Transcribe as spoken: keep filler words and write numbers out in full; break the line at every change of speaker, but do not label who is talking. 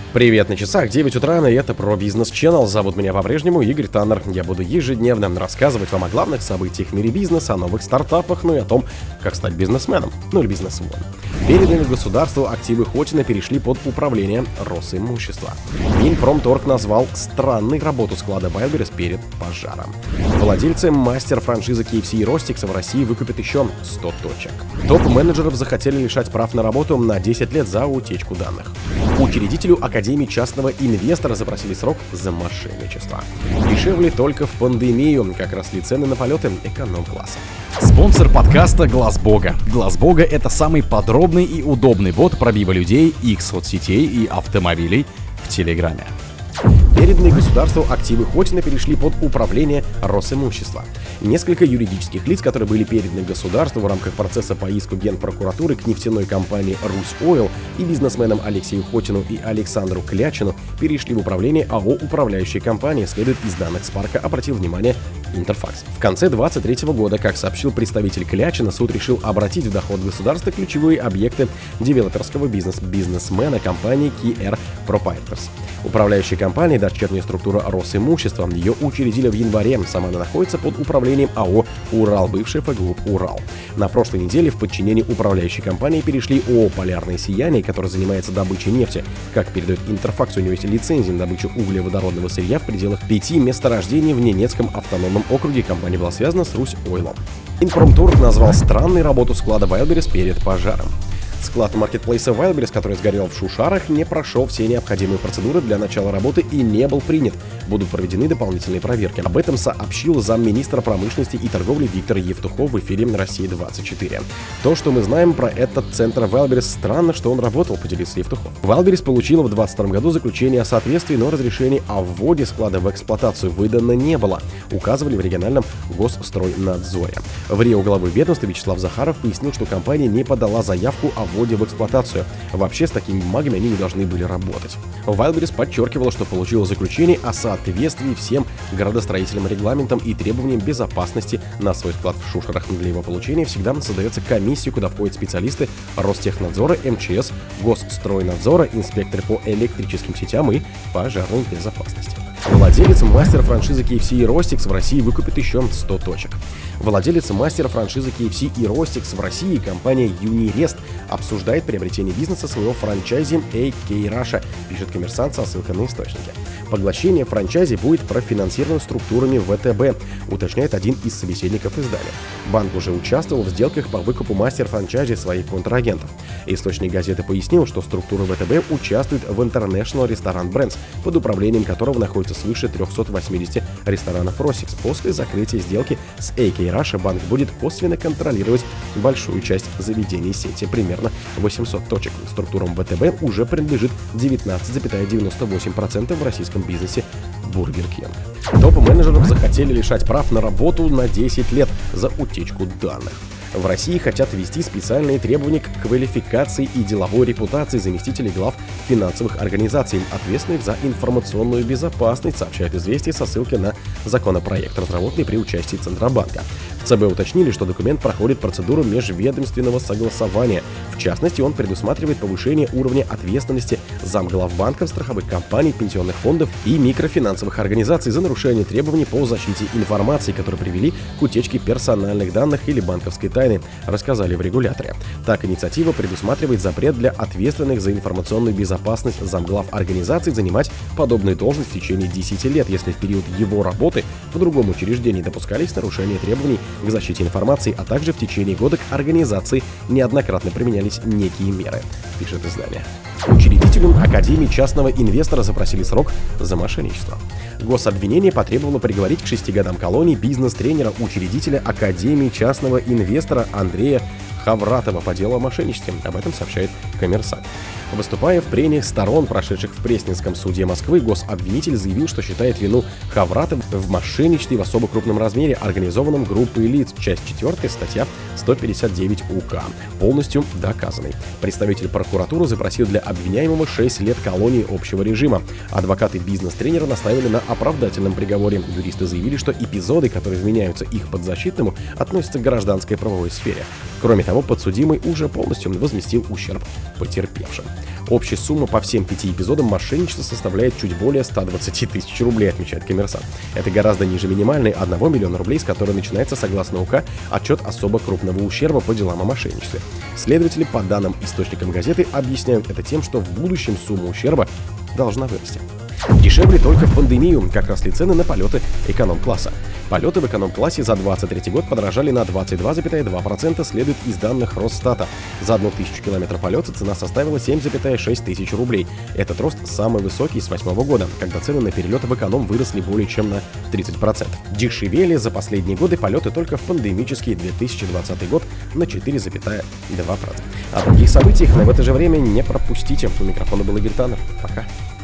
Привет, на часах девять утра, и это про бизнес Channel. Зовут меня по-прежнему Игорь Таннер. Я буду ежедневно рассказывать вам о главных событиях в мире бизнеса, о новых стартапах, ну и о том, как стать бизнесменом, ну или бизнесвумен. Переданные государству активы Хотина перешли под управление Росимущества. Минпромторг назвал странной работу склада Wildberries перед пожаром. Владельцы мастер-франшизы кей эф си и Ростикс в России выкупят еще сто точек. Топ-менеджеров захотели лишать прав на работу на десять лет за утечку данных. Учредителю Академии частного инвестора запросили срок за мошенничество. Дешевле только в пандемию, как росли цены на полеты эконом-класса.
Спонсор подкаста Глаз Бога. Глаз Бога — это самый подробный и удобный бот пробива людей, их соцсетей и автомобилей в Телеграме.
Переданные государству активы Хотина перешли под управление Росимущества. Несколько юридических лиц, которые были переданы государству в рамках процесса по иску Генпрокуратуры к нефтяной компании «Русь-Ойл» и бизнесменам Алексею Хотину и Александру Клячину, перешли в управление АО «Управляющая компания», следует из данных Спарка, обратил внимание Интерфакс. В конце две тысячи двадцать третьего года, как сообщил представитель Клячина, суд решил обратить в доход государства ключевые объекты девелоперского бизнеса бизнесмена компании кей ар Proprietors. Управляющая компания — дочерняя структура Росимущества. Ее учредили в январе. Сама она находится под управлением АО «Урал», бывший эф групп «Урал». На прошлой неделе в подчинение управляющей компании перешли ООО «Полярное сияние», которое занимается добычей нефти. Как передает Интерфакс, у него есть лицензия на добычу углеводородного сырья в пределах пяти месторождений в Ненецком автономном округе. Компания была связана с Русь-Ойлом. Минпромторг назвал странной работу склада Wildberries перед пожаром. Склад маркетплейса Wildberries, который сгорел в Шушарах, не прошел все необходимые процедуры для начала работы и не был принят. Будут проведены дополнительные проверки. Об этом сообщил замминистра промышленности и торговли Виктор Евтухов в эфире «Россия двадцать четыре». То, что мы знаем про этот центр Wildberries, странно, что он работал, поделился Евтухов. Wildberries получила в двадцать втором году заключение о соответствии, но разрешение о вводе склада в эксплуатацию выдано не было, указывали в региональном госстройнадзоре. В РИО главы ведомства Вячеслав Захаров пояснил, что компания не подала заявку о вводе в эксплуатацию. Вообще, с такими бумагами они не должны были работать. Wildberries подчеркивала, что получила заключение о соответствии всем градостроительным регламентам и требованиям безопасности на свой склад в Шушарах. Для его получения всегда создается комиссия, куда входят специалисты Ростехнадзора, эм че эс, Госстройнадзора, инспекторы по электрическим сетям и пожарной безопасности. Владелец мастер-франшизы кей эф си и Ростикс в России выкупит еще сто точек. Владелец мастер-франшизы кей эф си и Ростикс в России, компания Юнирест, обсуждает приобретение бизнеса своего франчайзи эй кей Russia, пишет «Коммерсант» со ссылкой на источники. Поглощение франчайзи будет профинансировано структурами вэ тэ бэ, уточняет один из собеседников издания. Банк уже участвовал в сделках по выкупу мастер-франчайзи своих контрагентов. Источник газеты пояснил, что структура вэ тэ бэ участвует в International Restaurant Brands, под управлением которого находится свыше триста восемьдесят ресторанов Ростикс. После закрытия сделки с эй кей Russia банк будет косвенно контролировать большую часть заведений сети, примерно восемьсот точек. Структурам вэ тэ бэ уже принадлежит девятнадцать целых девяносто восемь сотых процента в российском бизнесе Бургер Кинг. Топ-менеджеров захотели лишать прав на работу на десять лет за утечку данных. В России хотят ввести специальные требования к квалификации и деловой репутации заместителей глав финансовых организаций, ответственных за информационную безопасность, сообщает «Известия» со ссылкой на законопроект, разработанный при участии Центробанка. В ЦБ уточнили, что документ проходит процедуру межведомственного согласования. В частности, он предусматривает повышение уровня ответственности замглав банков, страховых компаний, пенсионных фондов и микрофинансовых организаций за нарушение требований по защите информации, которые привели к утечке персональных данных или банковской тайны, рассказали в регуляторе. Так, инициатива предусматривает запрет для ответственных за информационную безопасность замглав организаций занимать подобную должность в течение десяти лет, если в период его работы в другом учреждении допускались нарушения требований к защите информации, а также в течение года к организации неоднократно применялись некие меры, пишет издание. Учредителю Академии частного инвестора запросили срок за мошенничество. Гособвинение потребовало приговорить к шести годам колонии бизнес-тренера, учредителя Академии частного инвестора Андрея Хавратова по делу о мошенничестве. Об этом сообщает «Коммерсант». Выступая в прениях сторон, прошедших в Пресненском суде Москвы, гособвинитель заявил, что считает вину Хавратова в мошенничестве в особо крупном размере, организованном группой лиц, часть четвёртая, статья сто пятьдесят девять УК, полностью доказанной. Представитель прокуратуры запросил для обвиняемого шесть лет колонии общего режима. Адвокаты бизнес-тренера настаивали на оправдательном приговоре. Юристы заявили, что эпизоды, которые вменяются их подзащитному, относятся к гражданской правовой сфере. Кроме того, того, подсудимый уже полностью возместил ущерб потерпевшим. Общая сумма по всем пяти эпизодам мошенничества составляет чуть более ста двадцати тысяч рублей, отмечает Коммерсант. Это гораздо ниже минимальной одного миллиона рублей, с которой начинается, согласно УК, отчет особо крупного ущерба по делам о мошенничестве. Следователи, по данным источникам газеты, объясняют это тем, что в будущем сумма ущерба должна вырасти. Дешевле только в пандемию, как росли цены на полеты эконом-класса. Полеты в эконом-классе за двадцать третий год подорожали на двадцать два целых два десятых процента, следует из данных Росстата. За одну тысячу километров полета цена составила семь целых шесть десятых тысяч рублей. Этот рост самый высокий с две тысячи восьмого года, когда цены на перелеты в эконом выросли более чем на тридцать процентов. Дешевели за последние годы полеты только в пандемический две тысячи двадцатый год на четыре целых два процента. О других событиях, но в это же время не пропустите. У микрофона был Игорь Таннер. Пока.